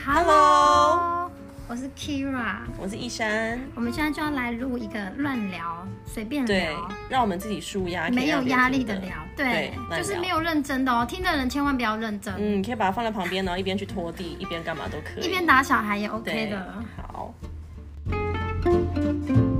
Hello， 我是 Kira， 我是一珊。 我们现在就要来录一个乱聊，随便聊， 对，让我们自己抒压， 没有压力的聊，对，就是没有认真的哦，听的人千万不要认真。 你可以把它放在旁边，然后一边去拖地，一边干嘛都可以， 一边打小孩也 OK 的。 好。